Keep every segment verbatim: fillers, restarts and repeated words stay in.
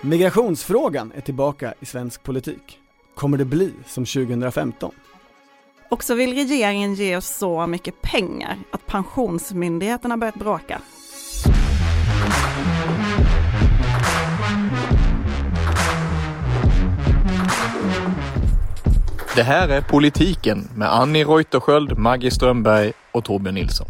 Migrationsfrågan är tillbaka i svensk politik. Kommer det bli som tjugohundrafemton? Och så vill regeringen ge oss så mycket pengar att pensionsmyndigheterna börjat bråka. Det här är Politiken med Annie Reuterskiöld, Maggie Strömberg och Torbjörn Nilsson.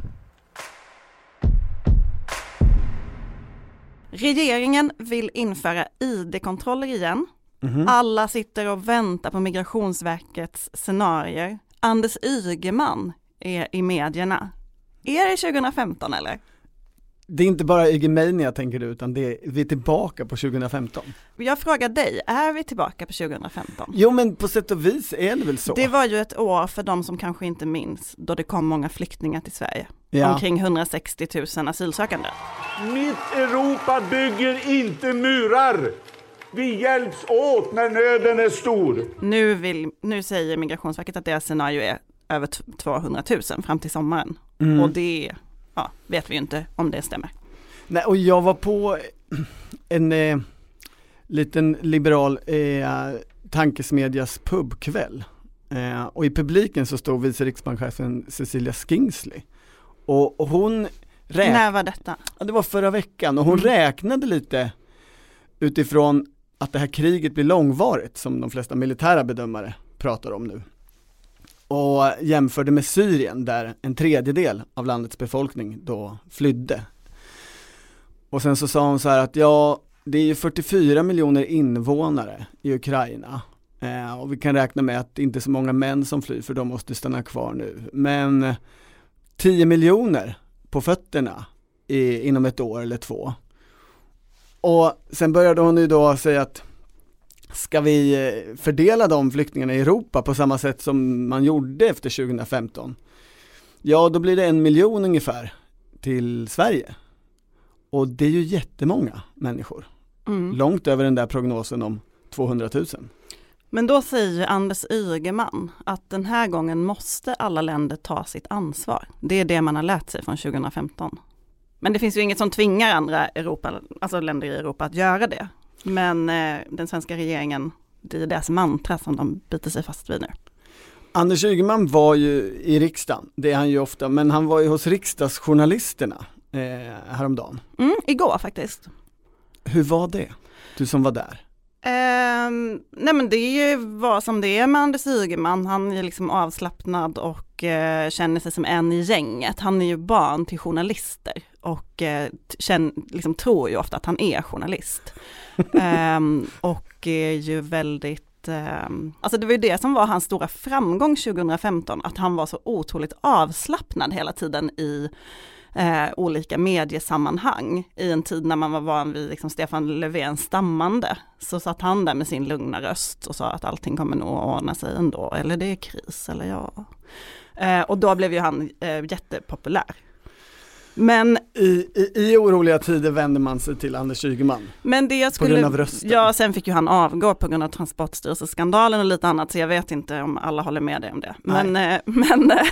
Regeringen vill införa I D-kontroller igen. Mm-hmm. Alla sitter och väntar på Migrationsverkets scenarier. Anders Ygeman är i medierna. Är det tjugohundrafemton eller? Det är inte bara Ygemania tänker du, utan det är, vi är tillbaka på tjugohundrafemton. Jag frågar dig, är vi tillbaka på tjugohundrafemton? Jo, men på sätt och vis är det väl så. Det var ju ett år för de som kanske inte minns då det kom många flyktingar till Sverige. Ja. Omkring hundrasextio tusen asylsökande. Mitt Europa bygger inte murar. Vi hjälps åt när nöden är stor. Nu, vill, nu säger Migrationsverket att deras scenario är över tvåhundratusen fram till sommaren. Mm. Och det ja, vet vi ju inte om det stämmer. Nej, och jag var på en eh, liten liberal eh, tankesmedjas pubkväll. Eh, och i publiken så stod vice riksbankschefen Cecilia Skingsley. Och, och hon räk- När var detta? Ja, det var förra veckan. Och hon mm. räknade lite utifrån att det här kriget blir långvarigt, som de flesta militära bedömare pratar om nu. Och jämförde med Syrien där en tredjedel av landets befolkning då flydde. Och sen så sa hon så här att ja, det är ju fyrtiofyra miljoner invånare i Ukraina. Eh, och vi kan räkna med att det inte är så många män som flyr för de måste stanna kvar nu. Men tio miljoner på fötterna i, inom ett år eller två. Och sen började hon ju då säga att ska vi fördela de flyktingarna i Europa på samma sätt som man gjorde efter tjugohundrafemton? Ja, då blir det en miljon ungefär till Sverige. Och det är ju jättemånga människor. Mm. Långt över den där prognosen om tvåhundratusen. Men då säger Anders Ygeman att den här gången måste alla länder ta sitt ansvar. Det är det man har lärt sig från tjugohundrafemton. Men det finns ju inget som tvingar andra Europa, alltså länder i Europa att göra det. Men eh, den svenska regeringen, det är deras mantra som de biter sig fast vid nu. Anders Ygeman var ju i riksdagen, det är han ju ofta, men han var ju hos riksdagsjournalisterna eh, häromdagen. Mm, igår faktiskt. Hur var det? Du som var där. Eh, nej men det är ju vad som det är med Anders Ygeman. Han är liksom avslappnad och eh, känner sig som en i gänget. Han är ju barn till journalister och eh, känner, liksom, tror ju ofta att han är journalist. eh, och är ju väldigt eh, alltså det var ju det som var hans stora framgång tjugohundrafemton, att han var så otroligt avslappnad hela tiden i Eh, olika mediesammanhang. I en tid när man var van vid liksom Stefan Löfven stammande, så satt han där med sin lugna röst och sa att allting kommer nog att ordna sig ändå, eller det är kris, eller ja. Eh, och då blev ju han eh, jättepopulär. Men I, i, i oroliga tider vänder man sig till Anders Ygeman. Men det jag skulle, på grund av rösten. Ja, sen fick ju han avgå på grund av Transportstyrelseskandalen och lite annat, så jag vet inte om alla håller med dig om det. Men, eh, men eh,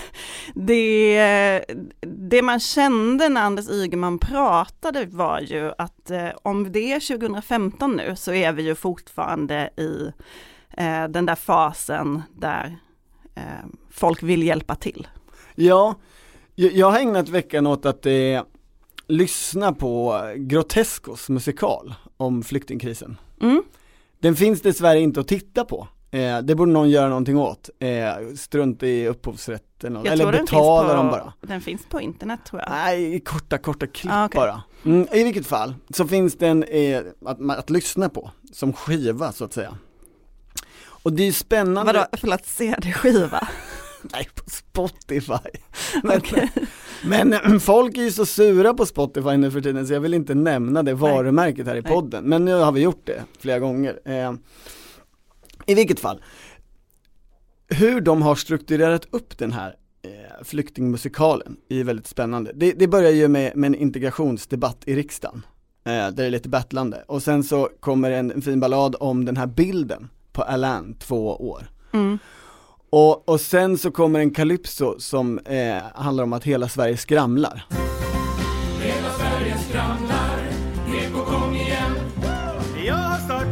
det, det man kände när Anders Ygeman pratade var ju att eh, om det är tjugohundrafemton nu, så är vi ju fortfarande i eh, den där fasen där eh, folk vill hjälpa till. Ja, jag har ägnat veckan åt att eh, lyssna på Grotescos musikal om flyktingkrisen. Mm. Den finns dessvärre inte att titta på. Eh, det borde någon göra någonting åt. Eh, strunt i upphovsrätten. Jag eller tror betala den dem bara. Den finns på internet tror jag. Nej, korta, korta klipp ah, okay. bara. Mm, I vilket fall så finns den eh, att, att lyssna på som skiva så att säga. Och det är spännande. Vadå, förlåt, C D-skiva? Nej, på Spotify. Men, okay. men folk är ju så sura på Spotify nu för tiden, så jag vill inte nämna det varumärket här i podden. Nej. Men nu har vi gjort det flera gånger. Eh, I vilket fall, hur de har strukturerat upp den här eh, flyktingmusikalen är väldigt spännande. Det, det börjar ju med, med en integrationsdebatt i riksdagen. Eh, där det är lite battlande. Och sen så kommer en, en fin ballad om den här bilden på Alain, två år. Mm. Och, och sen så kommer en calypso som eh, handlar om att hela Sverige skramlar. Hela Sverige skramlar, Eko kom igen. Jag har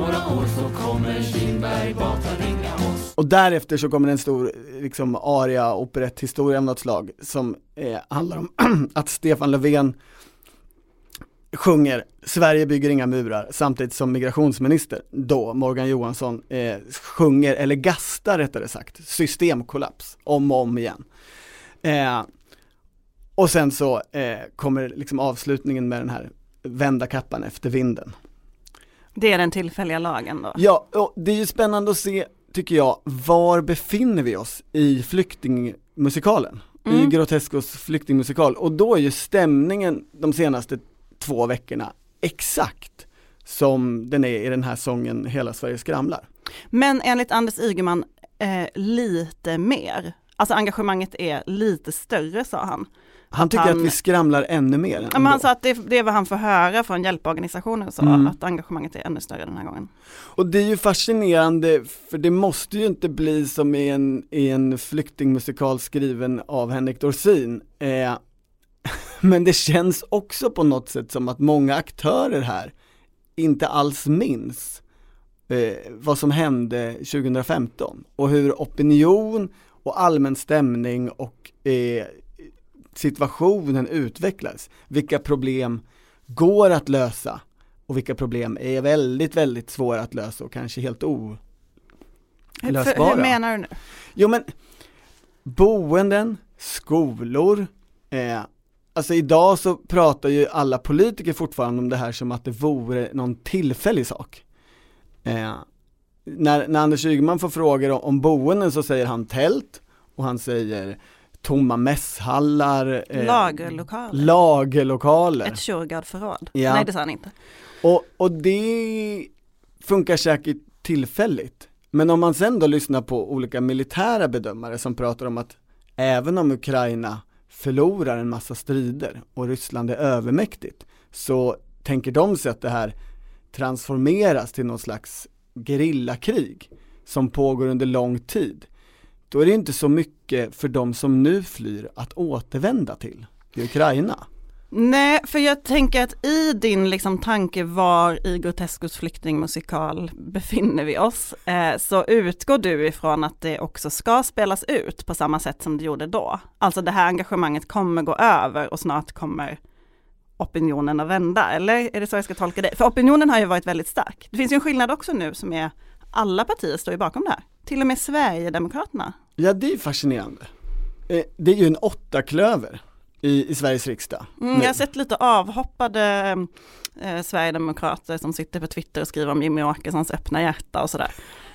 några år så kommer Kinberg Batra ringa oss. Och därefter så kommer en stor liksom, aria operetthistoria av något slag som eh, handlar om att Stefan Löfven sjunger Sverige bygger inga murar samtidigt som migrationsminister då Morgan Johansson eh, sjunger, eller gastar rättare sagt, systemkollaps om och om igen. Eh, och sen så eh, kommer liksom avslutningen med den här vända kappan efter vinden. Det är den tillfälliga lagen då? Ja, och det är ju spännande att se, tycker jag, var befinner vi oss i flyktingmusikalen, mm. i Grotescos flyktingmusikal, och då är ju stämningen de senaste två veckorna exakt som den är i den här sången Hela Sverige skramlar. Men enligt Anders Ygeman eh, lite mer, alltså engagemanget är lite större, sa han. Han tycker han, att vi skramlar ännu mer. Men han sa att det, det är vad han får höra från hjälporganisationer, så mm. att engagemanget är ännu större den här gången. Och det är ju fascinerande, för det måste ju inte bli som i en, i en flyktingmusikal skriven av Henrik Dorsin. Eh, men det känns också på något sätt som att många aktörer här inte alls minns eh, vad som hände tjugohundrafemton och hur opinion och allmän stämning och eh, situationen utvecklas. Vilka problem går att lösa och vilka problem är väldigt, väldigt svåra att lösa och kanske helt olösbara. Hur menar du nu? Jo, men boenden, skolor, eh, alltså idag så pratar ju alla politiker fortfarande om det här som att det vore någon tillfällig sak. Eh, när, när Anders Ygeman får frågor om, om boenden så säger han tält och han säger tomma mässhallar, eh, lagerlokaler. lagerlokaler. Ett Shurgard-förråd. Ja. Nej, det sa han inte. Och, och det funkar säkert tillfälligt. Men om man sen då lyssnar på olika militära bedömare som pratar om att även om Ukraina förlorar en massa strider och Ryssland är övermäktigt, så tänker de sig att det här transformeras till någon slags gerillakrig som pågår under lång tid. Då är det inte så mycket för de som nu flyr att återvända till i Ukraina. Nej, för jag tänker att i din liksom tanke var i Grotescos flyktingmusikal befinner vi oss, eh, så utgår du ifrån att det också ska spelas ut på samma sätt som det gjorde då. Alltså det här engagemanget kommer gå över och snart kommer opinionen att vända, eller är det så jag ska tolka det? För opinionen har ju varit väldigt stark. Det finns ju en skillnad också nu som är alla partier står ju bakom det här. Till och med Sverigedemokraterna. Ja, det är fascinerande. Eh, det är ju en åttaklöver i, i Sveriges riksdag. Mm, jag har sett lite avhoppade eh, Sverigedemokrater som sitter på Twitter och skriver om Jimmie Åkessons öppna hjärta och sådär.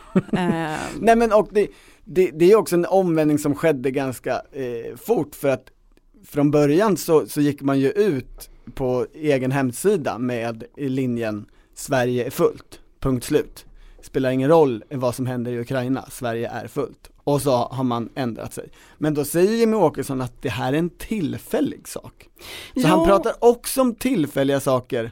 eh. Nej, men och det, det, det är också en omvändning som skedde ganska eh, fort, för att från början så, så gick man ju ut på egen hemsida med linjen Sverige är fullt, punkt slut. Spelar ingen roll vad som händer i Ukraina, Sverige är fullt. Och så har man ändrat sig. Men då säger Jimmie Åkesson att det här är en tillfällig sak. Så jo. Han pratar också om tillfälliga saker.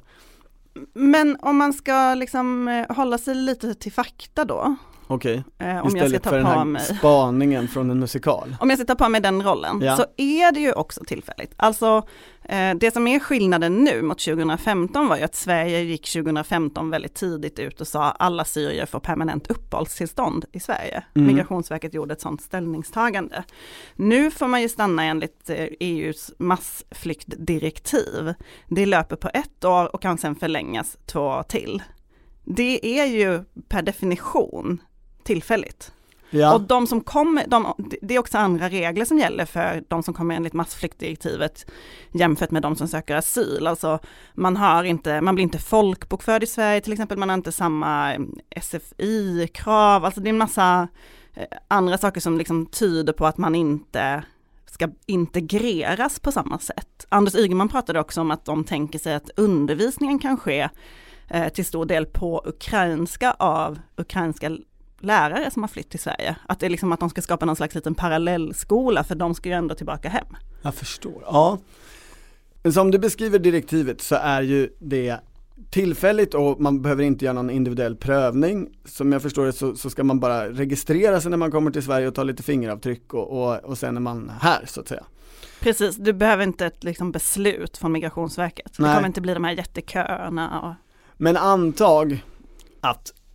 Men om man ska liksom hålla sig lite till fakta då. Okej, eh, om jag ska ta för den här mig. spaningen från en musikal. Om jag ska ta på mig den rollen, ja. Så är det ju också tillfälligt. Alltså eh, det som är skillnaden nu mot tjugohundrafemton var ju att Sverige gick tjugohundrafemton väldigt tidigt ut och sa alla syrier får permanent uppehållstillstånd i Sverige. Mm. Migrationsverket gjorde ett sådant ställningstagande. Nu får man ju stanna enligt eh, E U:s massflyktdirektiv. Det löper på ett år och kan sedan förlängas två år till. Det är ju per definition tillfälligt. Ja. Och de som kommer, de, det är också andra regler som gäller för de som kommer enligt massflyktdirektivet jämfört med de som söker asyl. Alltså man har inte, man blir inte folkbokförd i Sverige till exempel, man har inte samma S F I-krav. Alltså det är en massa andra saker som liksom tyder på att man inte ska integreras på samma sätt. Anders Ygeman pratade också om att de tänker sig att undervisningen kan ske eh, till stor del på ukrainska av ukrainska lärare som har flytt till Sverige. Att det är liksom att de ska skapa någon slags liten parallellskola, för de ska ju ändå tillbaka hem. Jag förstår, ja. Men som du beskriver direktivet så är ju det tillfälligt och man behöver inte göra någon individuell prövning. Som jag förstår det så, så ska man bara registrera sig när man kommer till Sverige och ta lite fingeravtryck och, och, och sen är man här så att säga. Precis, du behöver inte ett liksom, beslut från Migrationsverket. Nej. Det kommer inte bli de här jätteköerna. Och... Men antag att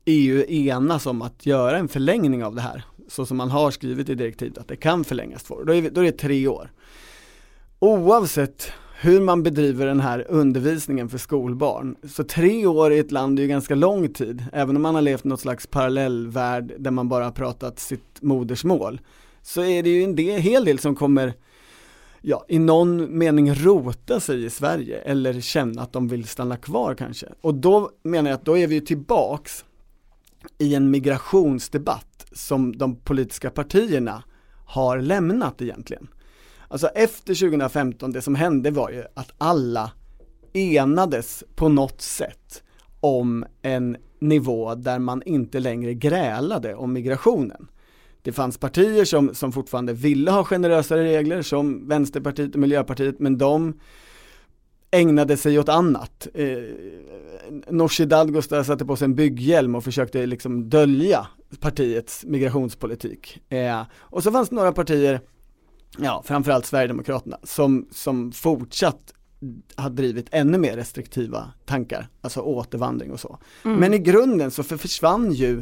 E U enas om att göra en förlängning av det här, så som man har skrivit i direktivet att det kan förlängas två år. Då är, då är det tre år. Oavsett hur man bedriver den här undervisningen för skolbarn, så tre år i ett land är ju ganska lång tid, även om man har levt något slags parallellvärld där man bara har pratat sitt modersmål, så är det ju en del, hel del som kommer ja, i någon mening rota sig i Sverige eller känna att de vill stanna kvar kanske. Och då menar jag att då är vi ju tillbaks i en migrationsdebatt som de politiska partierna har lämnat egentligen. Alltså efter tjugohundrafemton, det som hände var ju att alla enades på något sätt om en nivå där man inte längre grälade om migrationen. Det fanns partier som, som fortfarande ville ha generösare regler, som Vänsterpartiet och Miljöpartiet, men de ägnade sig åt annat. Eh, Nooshi Dadgostar satte på sig en bygghjälm och försökte liksom dölja partiets migrationspolitik. Eh, och så fanns det några partier, ja, framförallt Sverigedemokraterna, som, som fortsatt har drivit ännu mer restriktiva tankar, alltså återvandring och så. Mm. Men i grunden så för försvann ju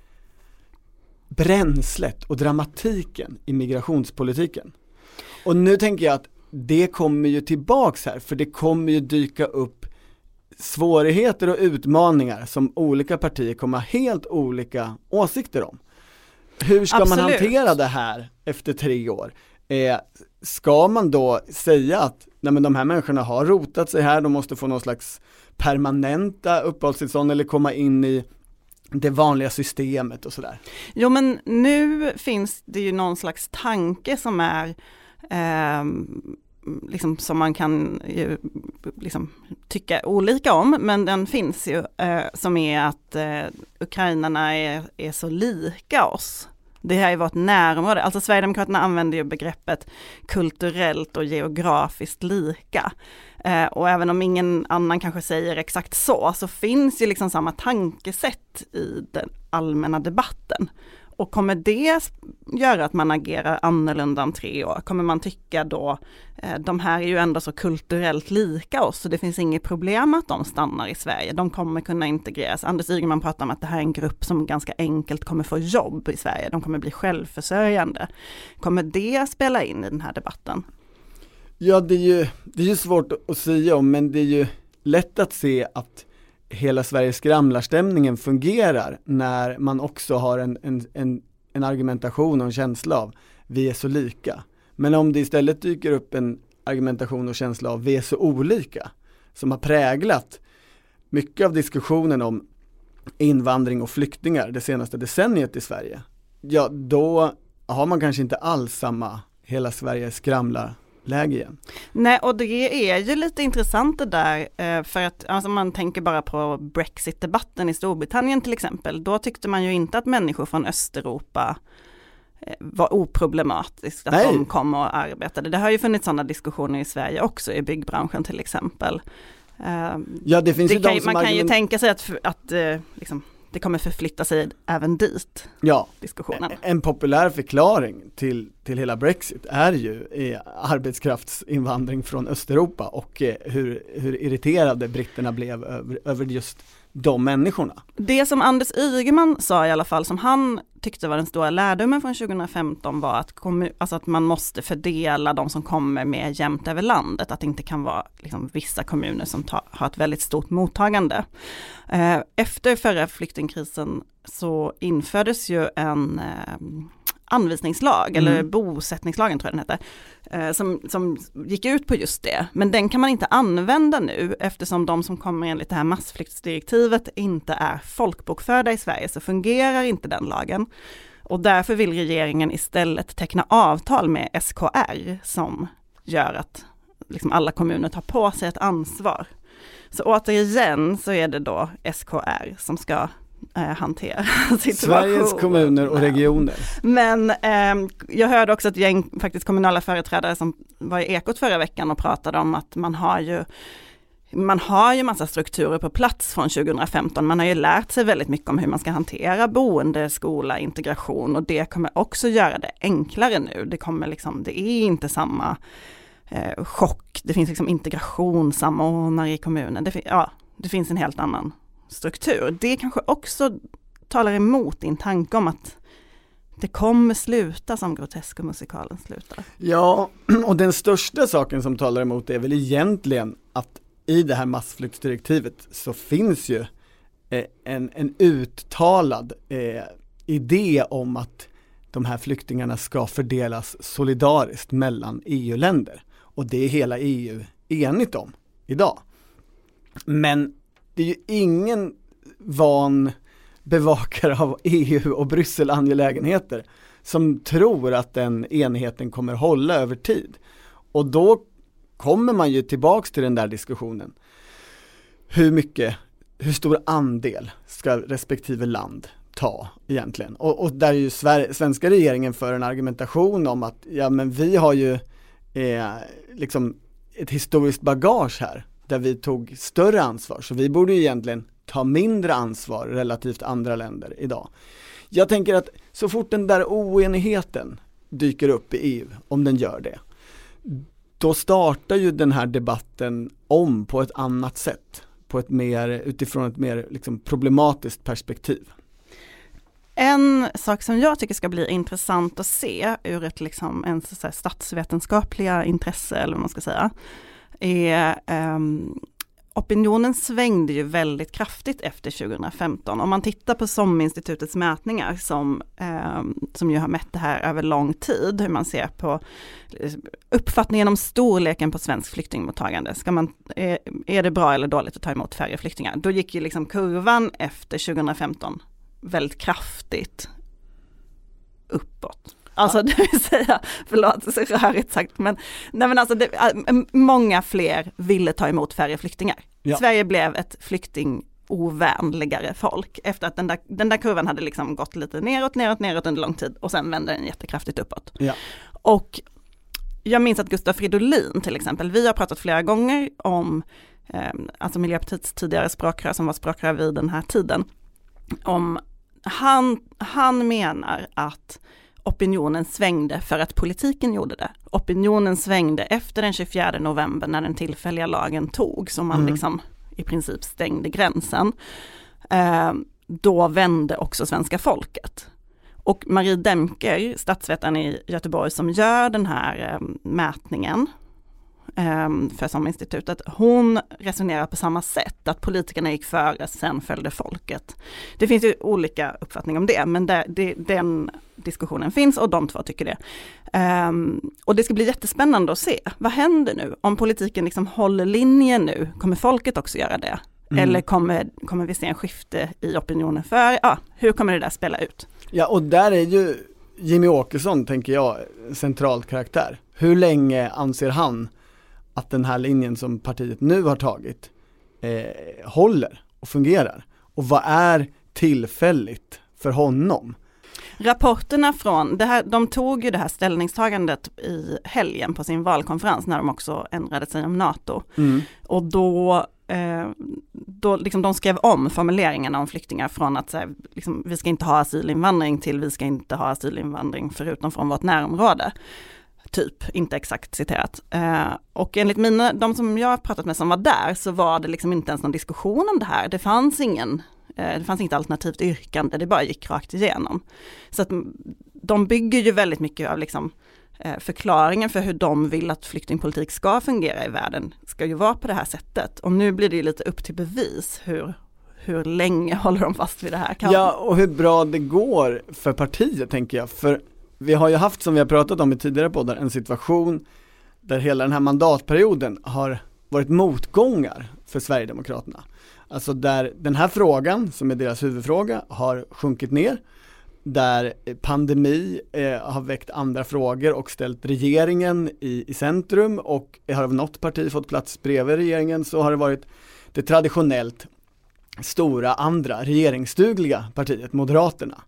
bränslet och dramatiken i migrationspolitiken. Och nu tänker jag att det kommer ju tillbaks här, för det kommer ju dyka upp svårigheter och utmaningar som olika partier kommer ha helt olika åsikter om. Hur ska Absolut. man hantera det här efter tre år? Eh, ska man då säga att nej, men de här människorna har rotat sig här, de måste få någon slags permanenta uppehållstillstånd eller komma in i det vanliga systemet och sådär? Jo, men nu finns det ju någon slags tanke som är eh, liksom som man kan ju, liksom, tycka olika om, men den finns ju eh, som är att eh, ukrainarna är, är så lika oss. Det här är vårt närområde. Alltså Sverigedemokraterna använder ju begreppet kulturellt och geografiskt lika. Eh, och även om ingen annan kanske säger exakt så, så finns ju liksom samma tankesätt i den allmänna debatten. Och kommer det göra att man agerar annorlunda om tre år? Kommer man tycka då, eh, de här är ju ändå så kulturellt lika oss, så det finns inget problem att de stannar i Sverige. De kommer kunna integreras. Anders Ygeman pratar om att det här är en grupp som ganska enkelt kommer få jobb i Sverige. De kommer bli självförsörjande. Kommer det spela in i den här debatten? Ja, det är ju, det är ju svårt att säga om, men det är ju lätt att se att hela Sveriges skramlarstämningen fungerar när man också har en, en, en, en argumentation och en känsla av vi är så lika. Men om det istället dyker upp en argumentation och känsla av vi är så olika, som har präglat mycket av diskussionen om invandring och flyktingar det senaste decenniet i Sverige, ja, då har man kanske inte alls samma hela Sveriges skramlar läge igen. Nej, och det är ju lite intressant det där, för att alltså, man tänker bara på Brexit-debatten i Storbritannien till exempel. Då tyckte man ju inte att människor från Östeuropa var oproblematiskt att Nej. de kom och arbetade. Det har ju funnits sådana diskussioner i Sverige också, i byggbranschen till exempel. Ja, det finns det ju kan, de som man kan argument- ju tänka sig att, att liksom, det kommer förflytta sig även dit. Ja, diskussionen. En populär förklaring till, till hela Brexit är ju eh, arbetskraftsinvandring från Östeuropa och eh, hur, hur irriterade britterna blev över, över just de människorna. Det som Anders Ygeman sa i alla fall, som han tyckte var den stora lärdomen från tjugohundrafemton, var att, kommun, alltså att man måste fördela de som kommer mer jämnt över landet. Att det inte kan vara liksom, vissa kommuner som tar, har ett väldigt stort mottagande. Eh, efter förra flyktingkrisen så infördes ju en eh, anvisningslag, mm. eller bosättningslagen tror jag den heter, eh, som, som gick ut på just det. Men den kan man inte använda nu, eftersom de som kommer enligt det här massflyktsdirektivet inte är folkbokförda i Sverige, så fungerar inte den lagen. Och därför vill regeringen istället teckna avtal med S K R som gör att liksom alla kommuner tar på sig ett ansvar. Så återigen så är det då S K R som ska eh, hantera situationen. Sveriges kommuner och regioner. Men eh, jag hörde också ett gäng faktiskt kommunala företrädare som var i Ekot förra veckan och pratade om att man har ju Man har ju massa strukturer på plats från tjugohundrafemton. Man har ju lärt sig väldigt mycket om hur man ska hantera boende, skola, integration, och det kommer också göra det enklare nu. Det kommer liksom, det är inte samma eh, chock. Det finns liksom integrationssamordnare i kommunen. Det, ja, det finns en helt annan struktur. Det kanske också talar emot din tanke om att det kommer sluta som Grotesco-musikalen slutar? Ja, och den största saken som talar emot är väl egentligen att i det här massflyktsdirektivet så finns ju eh, en, en uttalad eh, idé om att de här flyktingarna ska fördelas solidariskt mellan E U-länder. Och det är hela E U enigt om idag. Men det är ju ingen van bevakare av E U och Bryssel-angelägenheter som tror att den enheten kommer hålla över tid. Och då kommer man ju tillbaks till den där diskussionen. Hur mycket, hur stor andel ska respektive land ta egentligen? Och, och där är ju Sver- svenska regeringen för en argumentation om att ja, men vi har ju eh, liksom ett historiskt bagage här där vi tog större ansvar, så vi borde ju egentligen ta mindre ansvar relativt andra länder idag. Jag tänker att så fort den där oenigheten dyker upp i E U, om den gör det, då startar ju den här debatten om på ett annat sätt, på ett mer, utifrån ett mer liksom problematiskt perspektiv. En sak som jag tycker ska bli intressant att se ur ett liksom en så här statsvetenskapliga intresse, eller vad man ska säga, är um, opinionen svängde ju väldigt kraftigt efter tjugohundrafemton. Om man tittar på SOM-institutets mätningar som, eh, som ju har mätt det här över lång tid, hur man ser på uppfattningen om storleken på svensk flyktingmottagande. Ska man, är, är det bra eller dåligt att ta emot färre flyktingar? Då gick ju liksom kurvan efter tjugohundrafemton väldigt kraftigt uppåt. Alltså det vill säga, förlåt så rörigt sagt, men, nej men alltså det, många fler ville ta emot färre flyktingar. Ja. Sverige blev ett flyktingovänligare folk efter att den där, den där kurvan hade liksom gått lite neråt, neråt, neråt under lång tid och sen vände den jättekraftigt uppåt. Ja. Och jag minns att Gustav Fridolin till exempel, vi har pratat flera gånger om eh, alltså Miljöpartiets tidigare språkrör som var språkrör vid den här tiden, om han, han menar att opinionen svängde för att politiken gjorde det. Opinionen svängde efter den tjugofjärde november när den tillfälliga lagen tog, som man mm. liksom i princip stängde gränsen. Eh, då vände också svenska folket. Och Marie Demker, statsvetaren i Göteborg som gör den här eh, mätningen eh, för SOM-institutet, hon resonerar på samma sätt, att politikerna gick före, sen följde folket. Det finns ju olika uppfattningar om det, men det, det, den diskussionen finns och de två tycker det. Um, och det ska bli jättespännande att se, vad händer nu? Om politiken liksom håller linjen nu, kommer folket också göra det? Mm. Eller kommer, kommer vi se en skifte i opinionen för, ja, hur kommer det där spela ut? Ja, och där är ju Jimmy Åkesson, tänker jag, central karaktär. Hur länge anser han att den här linjen som partiet nu har tagit eh, håller och fungerar? Och vad är tillfälligt för honom? Rapporterna från, det här, de tog ju det här ställningstagandet i helgen på sin valkonferens när de också ändrade sig om NATO. Mm. Och då, eh, då liksom de skrev om formuleringarna om flyktingar från att så här, liksom, vi ska inte ha asylinvandring till vi ska inte ha asylinvandring förutom från vårt närområde. Typ, inte exakt citerat. Eh, och enligt mina, de som jag har pratat med som var där, så var det liksom inte ens någon diskussion om det här. Det fanns ingen Det fanns inget alternativt yrkande, det bara gick rakt igenom. Så att de bygger ju väldigt mycket av liksom, eh, förklaringen för hur de vill att flyktingpolitik ska fungera i världen, ska ju vara på det här sättet. Och nu blir det ju lite upp till bevis hur, hur länge håller de fast vid det här. Kan... Ja, och hur bra det går för partiet, tänker jag. För vi har ju haft, som vi har pratat om i tidigare poddar, en situation där hela den här mandatperioden har varit motgångar för Sverigedemokraterna. Alltså där den här frågan, som är deras huvudfråga, har sjunkit ner. Där pandemi eh, har väckt andra frågor och ställt regeringen i, i centrum. Och har av något parti fått plats bredvid regeringen, så har det varit det traditionellt stora andra regeringsdugliga partiet, Moderaterna.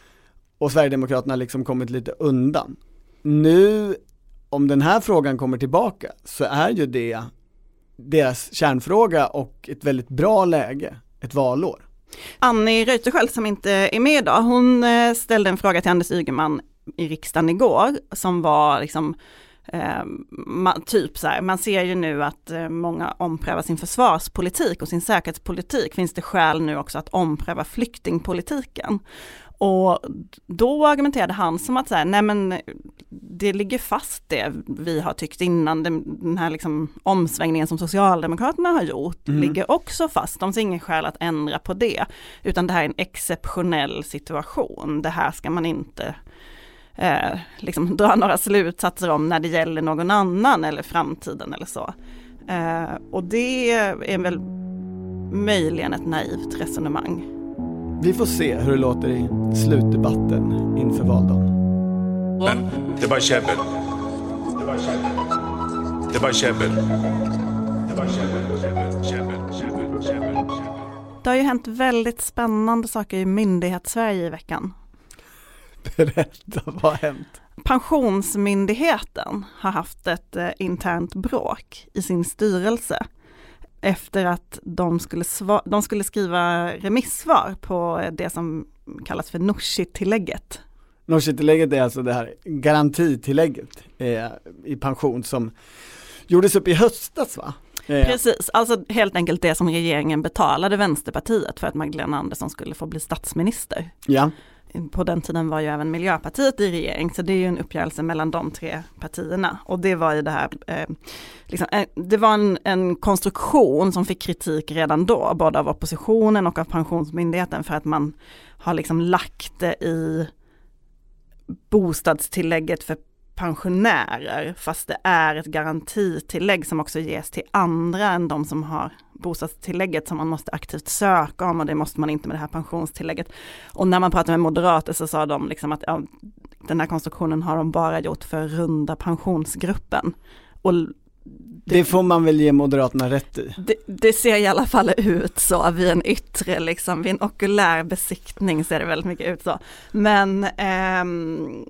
Och Sverigedemokraterna har liksom kommit lite undan. Nu, om den här frågan kommer tillbaka, så är ju det deras kärnfråga och ett väldigt bra läge, ett valår. Annie Reuterskiöld som inte är med idag, hon ställde en fråga till Anders Ygeman i riksdagen igår som var liksom Eh, man, typ så här, man ser ju nu att eh, många omprövar sin försvarspolitik och sin säkerhetspolitik. Finns det skäl nu också att ompröva flyktingpolitiken? Och då argumenterade han som att så här, nej men det ligger fast det vi har tyckt innan, den, den här liksom omsvängningen som Socialdemokraterna har gjort mm. ligger också fast. De ser ingen skäl att ändra på det, utan det här är en exceptionell situation. Det här ska man inte eh, liksom dra några slutsatser om när det gäller någon annan eller framtiden eller så. Eh, och det är väl möjligen ett naivt resonemang. Vi får se hur det låter i slutdebatten inför valdagen. Men det var käbbel. Det var käbbel. Det var käbbel. Det var käbbel, käbbel, käbbel, käbbel, käbbel. Det har ju hänt väldigt spännande saker i myndighetssverige i veckan. Berätta, vad har hänt? Pensionsmyndigheten har haft ett eh, internt bråk i sin styrelse efter att de skulle, sva- de skulle skriva remissvar på det som kallas för Nooshi-tillägget. Nooshi-tillägget är alltså det här garantitillägget eh, i pension som gjordes upp i höstas, va? Eh. Precis, alltså helt enkelt det som regeringen betalade Vänsterpartiet för att Magdalena Andersson skulle få bli statsminister. Ja. På den tiden var ju även Miljöpartiet i regering, så det är ju en uppgörelse mellan de tre partierna. Och det var ju det här, eh, liksom, eh, det var en, en konstruktion som fick kritik redan då, både av oppositionen och av Pensionsmyndigheten, för att man har liksom lagt det i bostadstillägget för pensionärer, fast det är ett garantitillägg som också ges till andra än de som har bostadstillägget, som man måste aktivt söka om, och det måste man inte med det här pensionstillägget. Och när man pratar med moderater så sa de liksom att ja, den här konstruktionen har de bara gjort för runda pensionsgruppen. Och det, det får man väl ge Moderaterna rätt i. Det, det ser i alla fall ut så vid en yttre, liksom, vid en okulär besiktning ser det väldigt mycket ut så. Men ehm,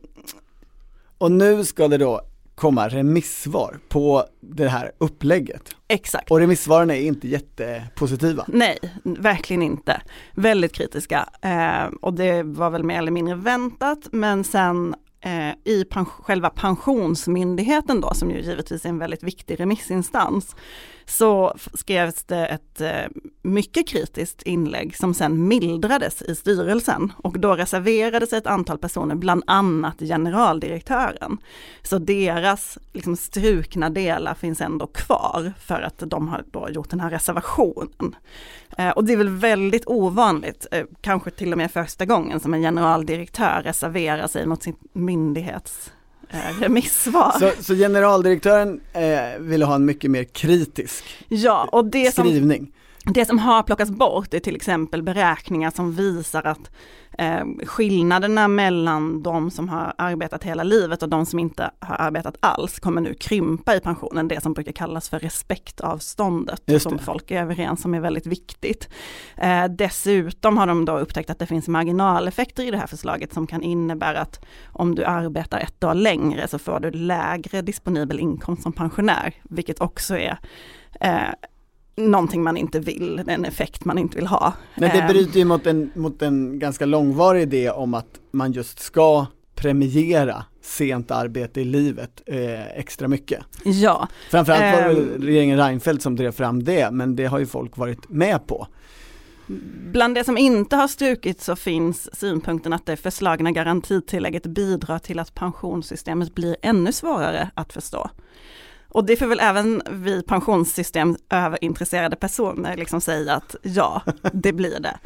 och nu ska det då komma remissvar på det här upplägget. Exakt. Och remissvaren är inte jättepositiva. Nej, verkligen inte. Väldigt kritiska. Eh, och det var väl mer eller mindre väntat. Men sen eh, i pen- själva pensionsmyndigheten då, som ju givetvis är en väldigt viktig remissinstans, så skrevs det ett eh, mycket kritiskt inlägg som sen mildrades i styrelsen, och då reserverade sig ett antal personer, bland annat generaldirektören. Så deras liksom strukna delar finns ändå kvar för att de har då gjort den här reservationen. Eh, och det är väl väldigt ovanligt, eh, kanske till och med första gången som en generaldirektör reserverar sig mot sin myndighets Eh, remissvar. Så, så generaldirektören eh, ville ha en mycket mer kritisk ja, och det skrivning. Som, det som har plockats bort är till exempel beräkningar som visar att eh, skillnaderna mellan de som har arbetat hela livet och de som inte har arbetat alls kommer nu krympa i pensionen, det som brukar kallas för respektavståndet, som folk är överens om är väldigt viktigt. Eh, dessutom har de då upptäckt att det finns marginaleffekter i det här förslaget som kan innebära att om du arbetar ett dag längre så får du lägre disponibel inkomst som pensionär, vilket också är eh, någonting man inte vill, en effekt man inte vill ha. Men det bryter ju mot en, mot en ganska långvarig idé om att man just ska premiera sent arbete i livet eh, extra mycket. Ja. Framförallt var det um, regeringen Reinfeldt som drev fram det, men det har ju folk varit med på. Bland det som inte har strukits så finns synpunkten att det förslagna garantitillägget bidrar till att pensionssystemet blir ännu svårare att förstå. Och det får väl även vi pensionssystem överintresserade personer liksom säga att ja, det blir det.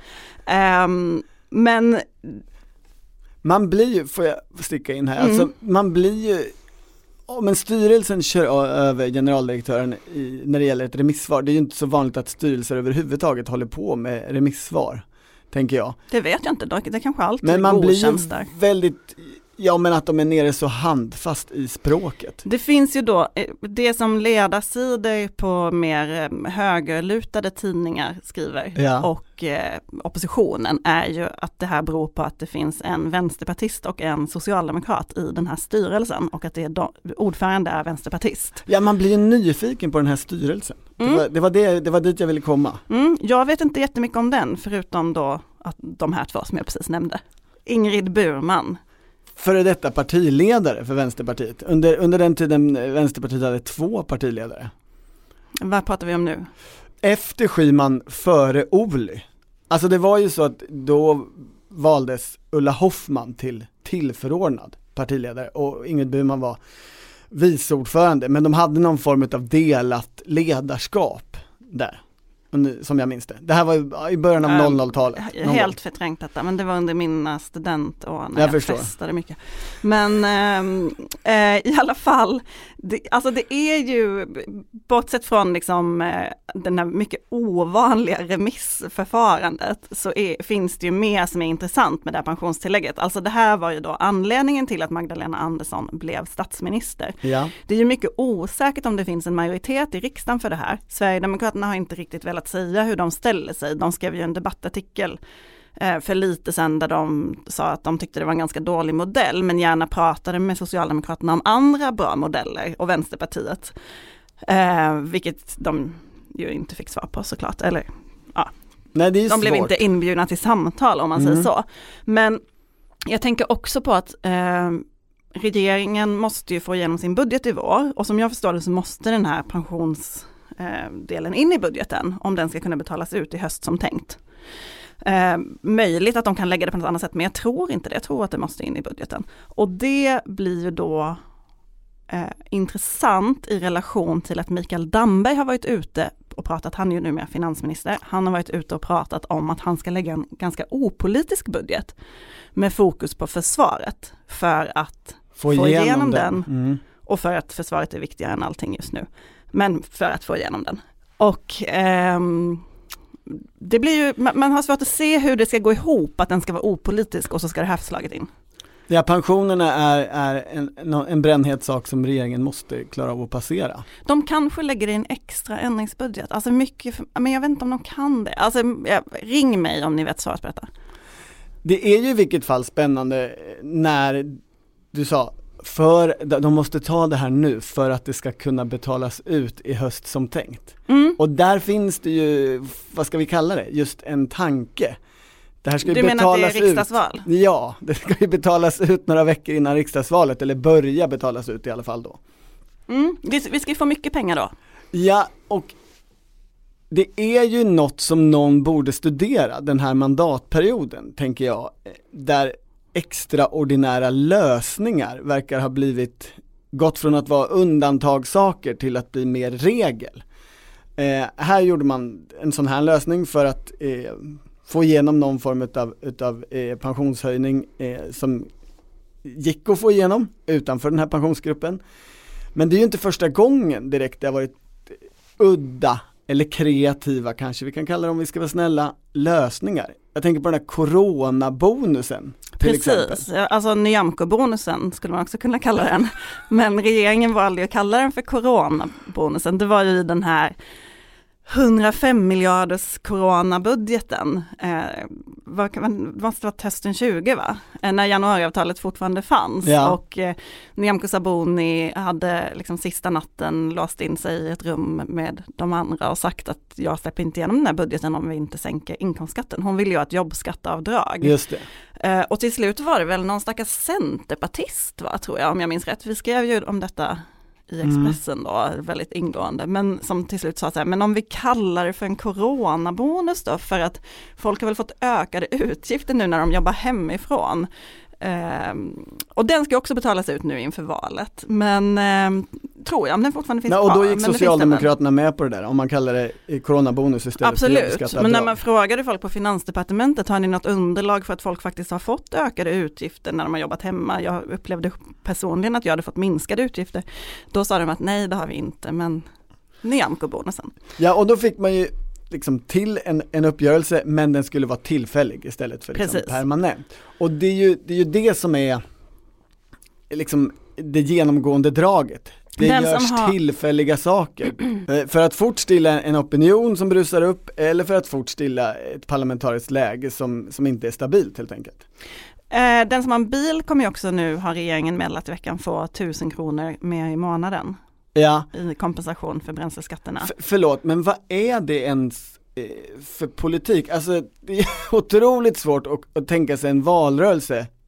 Um, men man blir ju, får jag sticka in här, mm. alltså man blir ju, om en styrelsen kör över generaldirektören i, när det gäller ett remissvar, det är ju inte så vanligt att styrelser överhuvudtaget håller på med remissvar, tänker jag. Det vet jag inte, det kanske alltid men man blir ju där. väldigt, ja men att de är nere så handfast i språket. Det finns ju då, det som ledarsidor på mer högerlutade tidningar skriver ja. och eh, oppositionen är ju att det här beror på att det finns en vänsterpartist och en socialdemokrat i den här styrelsen och att det är do, ordförande är vänsterpartist. Ja, man blir ju nyfiken på den här styrelsen. Mm. Det, var, det, var det, det var dit jag ville komma. Mm, jag vet inte jättemycket om den, förutom då att de här två som jag precis nämnde. Ingrid Burman. före detta partiledare för Vänsterpartiet. Under, under den tiden Vänsterpartiet hade två partiledare. Vad pratar vi om nu? Efter Schyman, före Ohly. Alltså det var ju så att då valdes Ulla Hoffmann till tillförordnad partiledare och Ingrid Burman var viceordförande, men de hade någon form av delat ledarskap där, som jag minns det. Det här var i början av noll noll-talet. Helt förträngt detta, men det var under mina studentår när jag, jag festade mycket. Men äh, äh, i alla fall, det, alltså det är ju, bortsett från liksom, äh, den här mycket ovanliga remissförfarandet, så är, finns det ju mer som är intressant med det här pensionstillägget. Alltså det här var ju då anledningen till att Magdalena Andersson blev statsminister. Ja. Det är ju mycket osäkert om det finns en majoritet i riksdagen för det här. Sverigedemokraterna har inte riktigt velat säga hur de ställer sig. De skrev ju en debattartikel eh, för lite sedan där de sa att de tyckte det var en ganska dålig modell, men gärna pratade med Socialdemokraterna om andra bra modeller och Vänsterpartiet. Eh, vilket de ju inte fick svar på såklart. Eller, ja. Nej, det är de svårt. blev inte inbjudna till samtal om man mm. säger så. Men jag tänker också på att eh, regeringen måste ju få igenom sin budget i vår, och som jag förstår det så måste den här pensions delen in i budgeten om den ska kunna betalas ut i höst som tänkt. Eh, möjligt att de kan lägga det på något annat sätt, men jag tror inte det. Jag tror att det måste in i budgeten. Och det blir ju då eh, intressant i relation till att Mikael Damberg har varit ute och pratat, han är ju numera finansminister, han har varit ute och pratat om att han ska lägga en ganska opolitisk budget med fokus på försvaret för att få, få igenom, igenom den, den. Mm. Och för att försvaret är viktigare än allting just nu. Men för att få igenom den. Och ehm, det blir ju, man, man har svårt att se hur det ska gå ihop att den ska vara opolitisk och så ska det här förslaget in. Ja, pensionerna är, är en, en brännhet sak som regeringen måste klara av att passera. De kanske lägger in extra ändringsbudget. Alltså mycket, men jag vet inte om de kan det. Alltså ring mig om ni vet svaret på detta. Det är ju i vilket fall spännande när du sa för de måste ta det här nu för att det ska kunna betalas ut i höst som tänkt. Mm. Och där finns det ju, vad ska vi kalla det, just en tanke. Det här ska ju du betalas menar att det är riksdagsval? Ut. Ja, det ska ju betalas ut några veckor innan riksdagsvalet, eller börja betalas ut i alla fall då. Mm. Vi, vi ska ju få mycket pengar då. Ja, och det är ju något som någon borde studera den här mandatperioden, tänker jag, där extraordinära lösningar verkar ha blivit, gått från att vara undantagssaker till att bli mer regel. Eh, här gjorde man en sån här lösning för att eh, få igenom någon form utav, utav eh, pensionshöjning eh, som gick att få igenom utanför den här pensionsgruppen. Men det är ju inte första gången direkt det har varit udda eller kreativa, kanske vi kan kalla det om vi ska vara snälla, lösningar. Jag tänker på den här coronabonusen till Precis, exempel. Alltså Nyamko-bonusen skulle man också kunna kalla den. Men regeringen valde att kalla den för coronabonusen. Det var ju den här hundrafem miljarders coronabudgeten. Eh, vad kan man, det måste vara hösten tjugo va? Eh, när januariavtalet fortfarande fanns. Ja. Och eh, Nyamko Sabuni hade liksom sista natten låst in sig i ett rum med de andra och sagt att jag släpper inte igenom den här budgeten om vi inte sänker inkomstskatten. Hon ville ju ha ett jobbskatteavdrag. Just det. Eh, och till slut var det väl någon stackars centerpartist va, tror jag, om jag minns rätt. Vi skrev ju om detta i Expressen då, väldigt ingående, men som till slut sa så här, men om vi kallar det för en coronabonus då, för att folk har väl fått ökade utgifter nu när de jobbar hemifrån. Um, och den ska också betalas ut nu inför valet, men um, tror jag, om den fortfarande finns Nej, kvar. Och då gick Socialdemokraterna med på det där, om man kallar det coronabonus istället. Absolut, för men när man frågade folk på Finansdepartementet, har ni något underlag för att folk faktiskt har fått ökade utgifter när de har jobbat hemma? Jag upplevde personligen att jag hade fått minskade utgifter. Då sa de att nej, det har vi inte, men Nyamko-bonusen. Ja, och då fick man ju liksom till en, en uppgörelse, men den skulle vara tillfällig istället för liksom permanent. Och det är, ju, det är ju det som är liksom det genomgående draget. Det den görs har... tillfälliga saker. För att fortstilla en opinion som brusar upp, eller för att fortstilla ett parlamentariskt läge som, som inte är stabilt helt enkelt. Eh, den som har en bil kommer ju också nu, har regeringen meddelat i veckan, få tusen kronor mer i månaden. Ja. I kompensation för bränsleskatterna. F- förlåt, men vad är det ens eh, för politik? Alltså det är otroligt svårt att, att tänka sig en valrörelse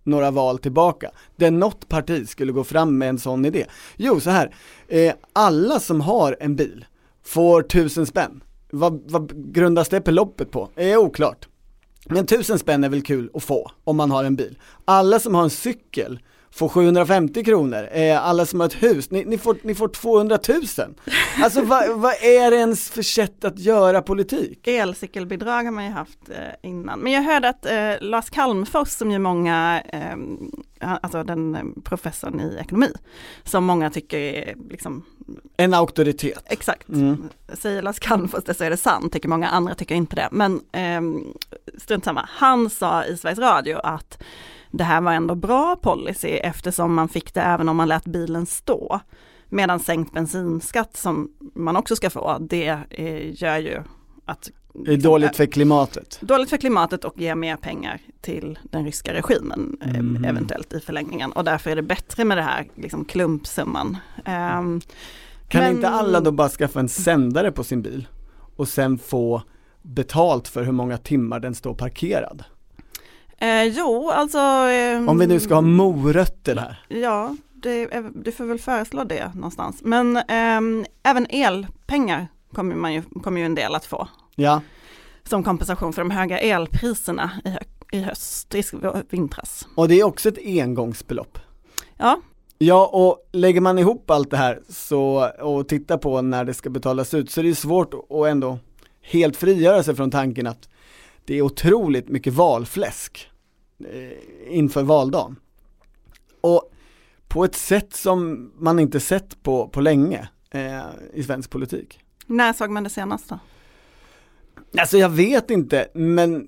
några val tillbaka, där något parti skulle gå fram med en sån idé. Jo, så här, eh, alla som har en bil får tusen spänn. Vad, vad grundas det beloppet på? Det är oklart. Men tusen spänn är väl kul att få om man har en bil. Alla som har en cykel får sjuhundrafemtio kronor. Eh, alla som har ett hus, ni, ni, får, ni får tvåhundratusen. Alltså vad, vad är det ens för sätt att göra politik? Elcykelbidrag har man ju haft eh, innan. Men jag hörde att eh, Lars Calmfors, som ju många, eh, alltså den eh, professorn i ekonomi, som många tycker är liksom... En auktoritet. Exakt. Mm. Säger Lars Calmfors det, så är det sant, tycker många andra tycker inte det. Men eh, strunt samma. Han sa i Sveriges Radio att det här var ändå bra policy eftersom man fick det även om man lät bilen stå. Medan sänkt bensinskatt som man också ska få, det eh, gör ju att... Det är dåligt för klimatet. Dåligt för klimatet och ger mer pengar till den ryska regimen mm. eventuellt i förlängningen. Och därför är det bättre med det här liksom, klumpsumman. Um, kan men... inte alla då bara skaffa en sändare på sin bil och sen få betalt för hur många timmar den står parkerad? Eh, jo, alltså... Eh, Om vi nu ska ha morötter här. Ja, det, du får väl föreslå det någonstans. Men eh, även elpengar kommer, man ju, kommer ju en del att få. Ja. Som kompensation för de höga elpriserna i, hö- i höst, i vintras. Och det är också ett engångsbelopp. Ja. Ja, och lägger man ihop allt det här så, och tittar på när det ska betalas ut, så är det svårt att ändå helt frigöra sig från tanken att det är otroligt mycket valfläsk eh, inför valdagen. Och på ett sätt som man inte sett på, på länge eh, i svensk politik. När såg man det senast då? Alltså jag vet inte, men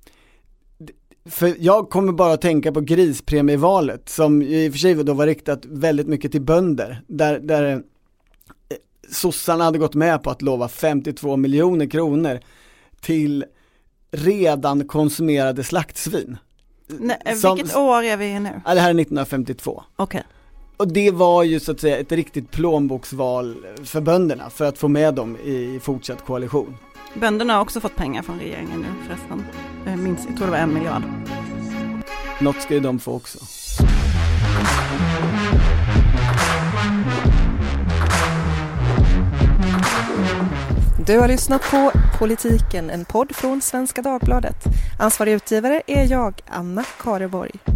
för jag kommer bara att tänka på grispremievalet som i och för sig då var riktat väldigt mycket till bönder, där, där eh, sossarna hade gått med på att lova femtiotvå miljoner kronor till redan konsumerade slaktsvin. Nej, som, vilket år är vi i nu? Ja, det här är nittonhundrafemtiotvå. Okej. Okay. Och det var ju så att säga ett riktigt plånboksval för bönderna för att få med dem i fortsatt koalition. Bönderna har också fått pengar från regeringen nu förresten. Jag minns, jag tror det var en miljard. Något ska ju de få också. Du har lyssnat på Politiken, en podd från Svenska Dagbladet. Ansvarig utgivare är jag, Anna Kareborg.